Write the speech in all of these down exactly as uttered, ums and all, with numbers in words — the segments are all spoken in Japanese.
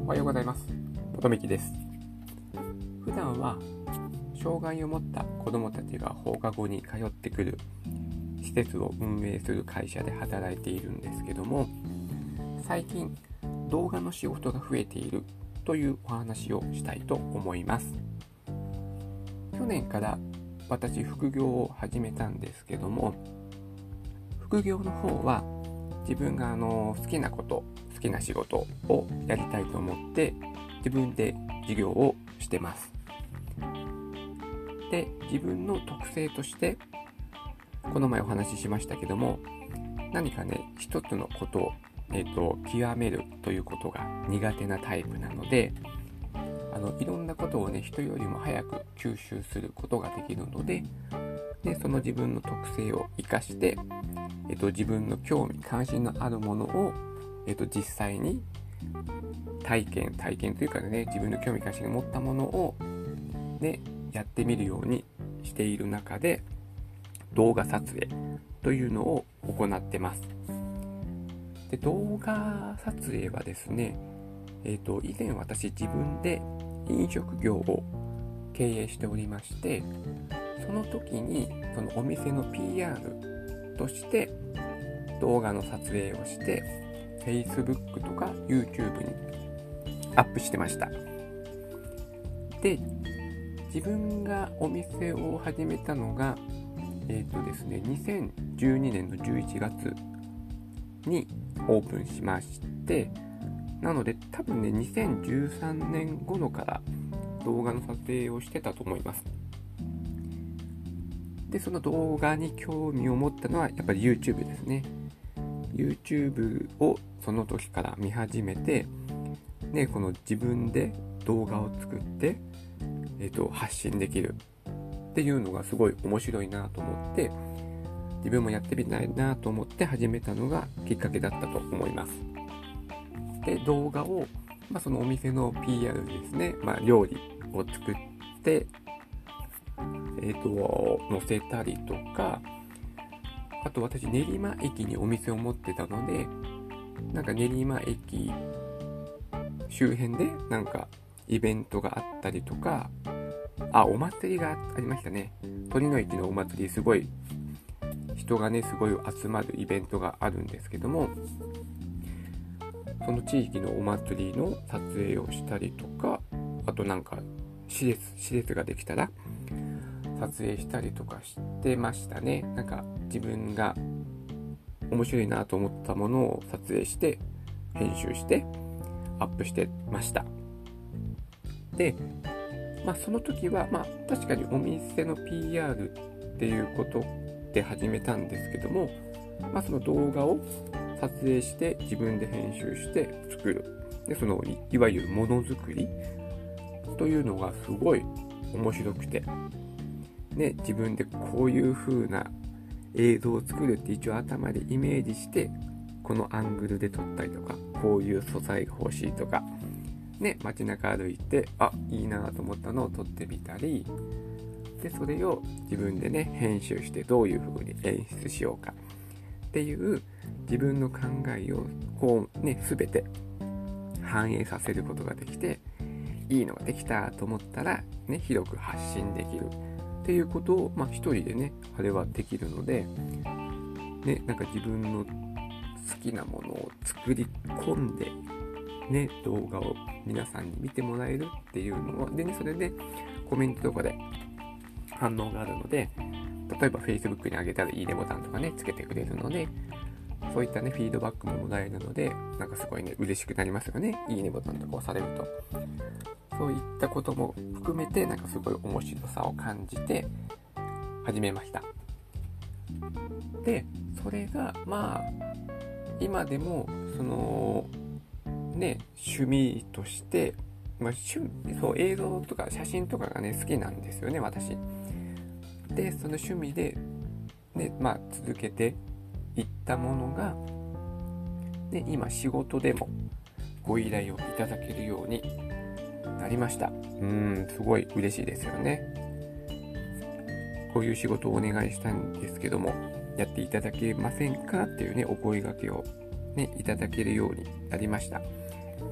おはようございます。元美です。普段は障害を持った子どもたちが放課後に通ってくる施設を運営する会社で働いているんですけども、最近動画の仕事が増えているというお話をしたいと思います。去年から私副業を始めたんですけども、副業の方は自分があの好きなこと好きな仕事をやりたいと思って自分で事業をしてます。で、自分の特性としてこの前お話ししましたけども、何かね一つのことを、えーと、極めるということが苦手なタイプなので、あのいろんなことをね人よりも早く吸収することができるので、でその自分の特性を生かして、えーと、自分の興味関心のあるものを、えーと、実際に体験体験というかね、自分の興味関心を持ったものをねやってみるようにしている中で、動画撮影というのを行ってます。で、動画撮影はですね、えーと、以前私自分で飲食業を経営しておりまして、その時にそのお店の ピーアール として動画の撮影をして Facebook とか YouTube にアップしてました。で、自分がお店を始めたのがえーとですね、にせんじゅうにねんのじゅういちがつにオープンしまして、なので多分ねにせんじゅうさんねん頃から動画の撮影をしてたと思います。で、その動画に興味を持ったのはやっぱり YouTube ですね。YouTube をその時から見始めて、ね、この自分で動画を作って、えーと、発信できるっていうのがすごい面白いなと思って、自分もやってみたいなと思って始めたのがきっかけだったと思います。で、動画を、まあ、そのお店の ピーアール ですね、まあ、料理を作ってえーと載せたりとか、あと私練馬駅にお店を持ってたので、なんか練馬駅周辺でなんかイベントがあったりとか、あ、お祭りがありましたね。鳥の駅のお祭り、すごい人がねすごい集まるイベントがあるんですけども、その地域のお祭りの撮影をしたりとか、あとなんか施設施設ができたら撮影したりとかしてましたね。なんか自分が面白いなと思ったものを撮影して編集してアップしてました。で、まあ、その時は、まあ、確かにお店の ピーアール っていうことで始めたんですけども、まあ、その動画を撮影して自分で編集して作る。で、その い, いわゆるものづくりというのがすごい面白くて、ね、自分でこういう風な映像を作るって一応頭でイメージして、このアングルで撮ったりとか、こういう素材が欲しいとかね、街中歩いて、あ、いいなと思ったのを撮ってみたり、で、それを自分でね、編集してどういう風に演出しようかっていう自分の考えをこうね、すべて反映させることができて、いいのができたと思ったら、ね、広く発信できるっていうことを、まあ一人でね、あれはできるので、ね、なんか自分の好きなものを作り込んで、ね、動画を皆さんに見てもらえるっていうのをでね、それでコメントとかで反応があるので、例えば Facebook に上げたらいいねボタンとかねつけてくれるので、そういったねフィードバックももらえるので、なんかすごいね嬉しくなりますよね。いいねボタンとか押されると、そういったことも含めてなんかすごい面白さを感じて始めました。で、それがまあ今でもそのね、趣味として、まあ、趣そう映像とか写真とかがね好きなんですよね、私。で、その趣味で、ね、まあ続けていったものが、ね、今仕事でもご依頼をいただけるようになりました。うーん、すごい嬉しいですよね。こういう仕事をお願いしたんですけども、やっていただけませんかっていうねお声掛けをねいただけるようになりました。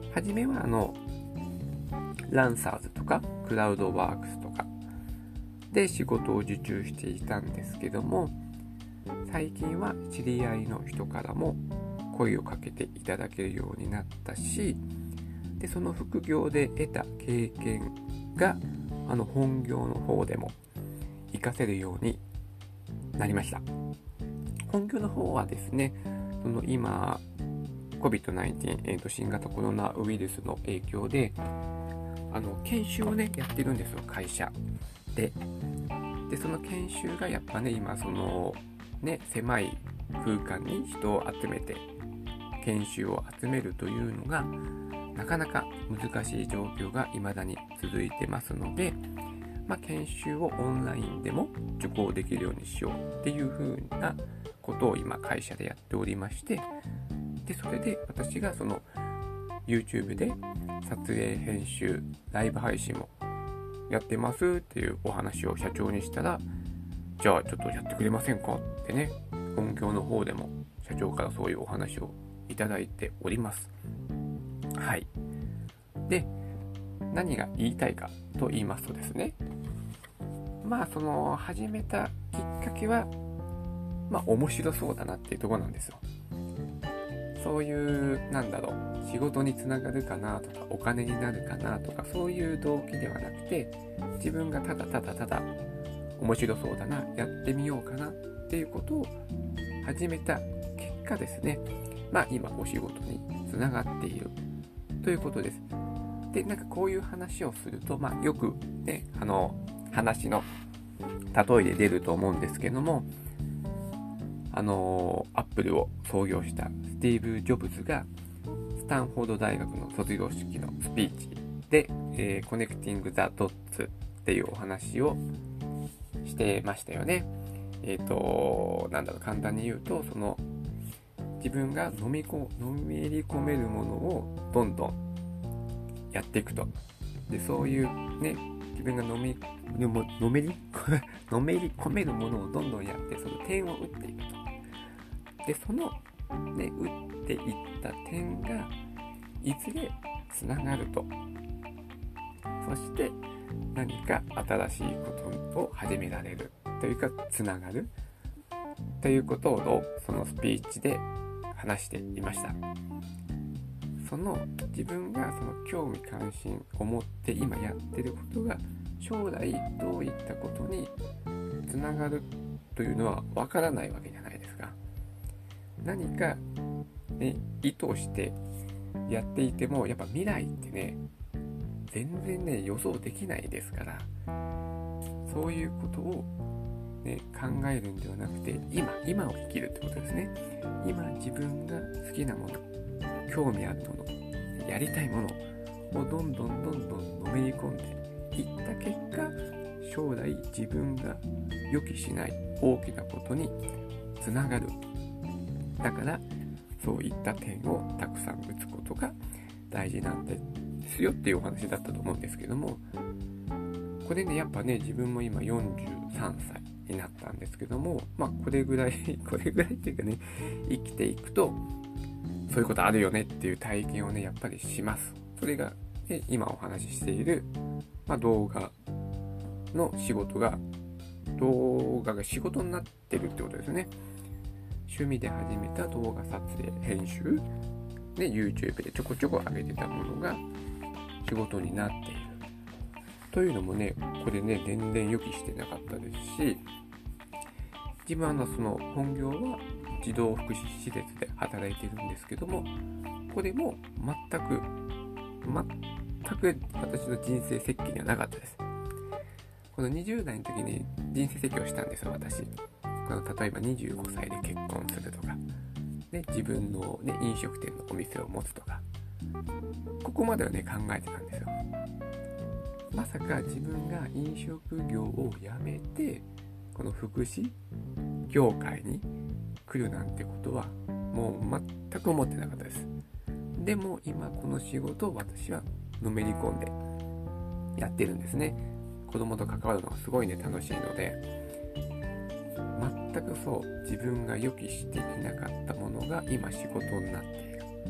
初めはあのランサーズとかクラウドワークスとかで仕事を受注していたんですけども、最近は知り合いの人からも声をかけていただけるようになったし、でその副業で得た経験があの本業の方でも活かせるようになりました。本業の方はですね、その今 コビッドナインティーン、えーと、新型コロナウイルスの影響であの研修をねやってるんですよ、会社で。でその研修がやっぱね今そのね狭い空間に人を集めて研修を集めるというのがなかなか難しい状況が未だに続いてますので、まあ、研修をオンラインでも受講できるようにしようっていう風なことを今会社でやっておりまして、でそれで私がその YouTube で撮影編集ライブ配信もやってますっていうお話を社長にしたら、じゃあちょっとやってくれませんかってね、本業の方でも社長からそういうお話をいただいております。はい。で、何が言いたいかと言いますとですね、まあその始めたきっかけはまあ面白そうだなっていうところなんですよ。そういうなんだろう仕事につながるかなとかお金になるかなとかそういう動機ではなくて、自分がただただただ面白そうだな、やってみようかなっていうことを始めた結果ですね、まあ今お仕事につながっているということです。で、なんかこういう話をすると、まあよくね、あの話の例えで出ると思うんですけども、あのアップルを創業したスティーブ・ジョブズがスタンフォード大学の卒業式のスピーチで、えー、コネクティング・ザ・ドッツっていうお話をしてましたよね。えっと、なんだろう、簡単に言うと、その自分が飲みこ、のめり込めるものをどんどんやっていくと。で、そういうね、自分が飲み、のめり、のめり込めるものをどんどんやって、その点を打っていくと。で、その、ね、打っていった点が、いずれつながると。そして、何か新しいことを始められる。というか、つながる。ということを、そのスピーチで話していました。その自分がその興味関心を持って今やってることが将来どういったことにつながるというのはわからないわけじゃないですか。何か、ね、意図してやっていてもやっぱ未来ってね全然ね予想できないですから、そういうことを、ね、考えるんではなくて今今を生きるってことですね。今自分が好きなもの、興味あるもの、やりたいものをどんどんどんどんのめり込んでいった結果、将来自分が予期しない大きなことにつながる。だからそういった点をたくさん打つことが大事なんですよっていうお話だったと思うんですけども、これねやっぱね自分も今よんじゅうさんさいになったんですけども、まあこれぐらいこれぐらいっていうかね生きていくとそういうことあるよねっていう体験をねやっぱりします。それが、ね、今お話ししている、まあ、動画の仕事が動画が仕事になってるってことですね。趣味で始めた動画撮影編集で YouTube でちょこちょこ上げてたものが仕事になっているというのもね、これね全然予期してなかったですし、自分はのその本業は児童福祉施設で働いているんですけども、これも全く全く私の人生設計にはなかったです。このにじゅう代の時に人生設計をしたんですよ、私。この例えばにじゅうごさいで結婚するとか、ね、自分の、ね、飲食店のお店を持つとか、ここまではね考えてたんですよ。まさか自分が飲食業を辞めてこの福祉業界に来るなんてことはもう全く思ってなかったです。でも今この仕事を私はのめり込んでやってるんですね。子供と関わるのがすごいね楽しいので、全くそう自分が予期していなかったものが今仕事になっているっ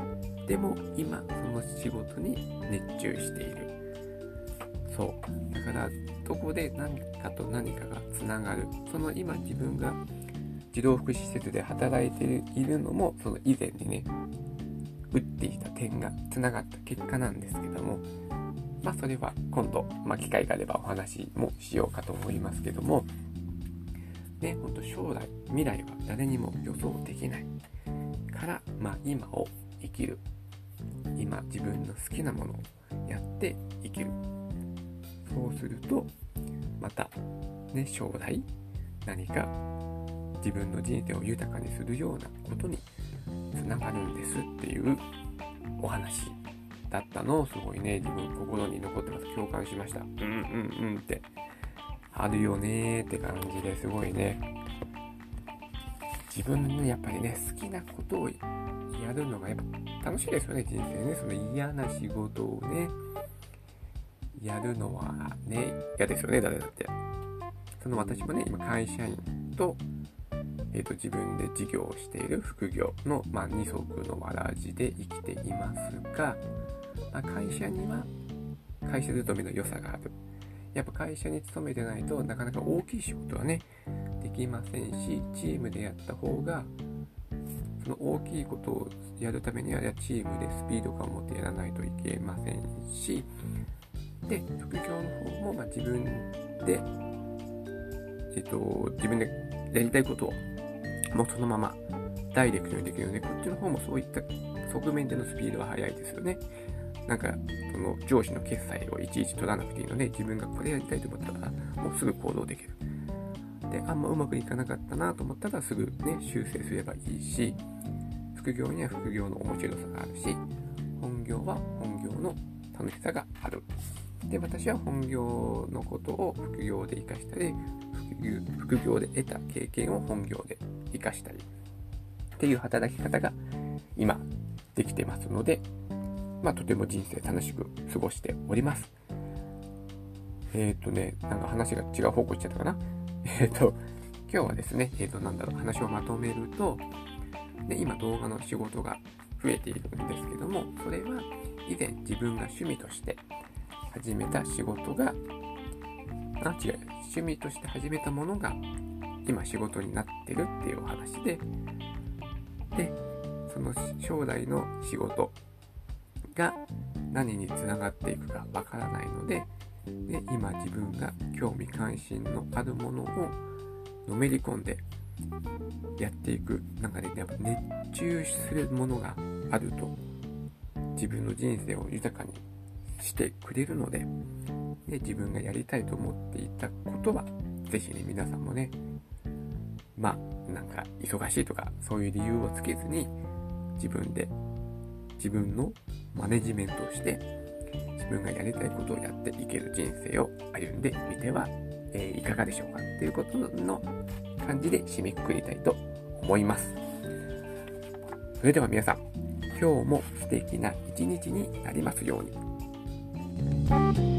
でも今その仕事に熱中している。そうだからどこで何かと何かがつながる、その今自分が児童福祉施設で働いているのもその以前にね打っていた点がつながった結果なんですけども、まあそれは今度、まあ、機会があればお話もしようかと思いますけどもね、本当将来未来は誰にも予想できないから、まあ今を生きる、今自分の好きなものをやって生きる。そうするとまたね、将来何か自分の人生を豊かにするようなことにつながるんですっていうお話だったのをすごいね、自分心に残ってます。共感しました。うんうんうんってあるよねーって感じですごいね、自分のやっぱりね好きなことをやるのがやっぱ楽しいですよね、人生ね。その嫌な仕事をねやるのはね嫌ですよね、誰だって。その私もね今会社員とえー、と自分で事業をしている副業の、まあ、二足のわらじで生きていますが、まあ、会社には会社勤めの良さがある。やっぱ会社に勤めてないとなかなか大きい仕事はねできませんし、チームでやった方がその大きいことをやるためにはチームでスピード感を持ってやらないといけませんし、で副業の方もまあ自分で、えー、と自分でやりたいことをもうそのままダイレクトにできるので、こっちの方もそういった側面でのスピードは速いですよね。なんかその上司の決済をいちいち取らなくていいので、自分がこれやりたいと思ったらもうすぐ行動できる。で、あんまうまくいかなかったなと思ったらすぐね修正すればいいし、副業には副業の面白さがあるし、本業は本業の楽しさがある。で、私は本業のことを副業で活かしたり、副業で得た経験を本業で活かしたりっていう働き方が今できてますので、まあとても人生楽しく過ごしております。えっとね、なんか話が違う方向行っちゃったかな。えっと今日はですね、えっとなんだろう、話をまとめると、ね、今動画の仕事が増えているんですけども、それは以前自分が趣味として始めた仕事があ違う趣味として始めたものが今仕事になってるっていうお話で、でその将来の仕事が何につながっていくかわからないので、で今自分が興味関心のあるものをのめり込んでやっていく中で、やっぱ熱中するものがあると自分の人生を豊かにしてくれるので、で自分がやりたいと思っていたことはぜひね皆さんもね、まあなんか忙しいとかそういう理由をつけずに自分で自分のマネジメントをして自分がやりたいことをやっていける人生を歩んでみては、えー、いかがでしょうかということの感じで締めくくりたいと思います。それでは皆さん、今日も素敵な一日になりますように。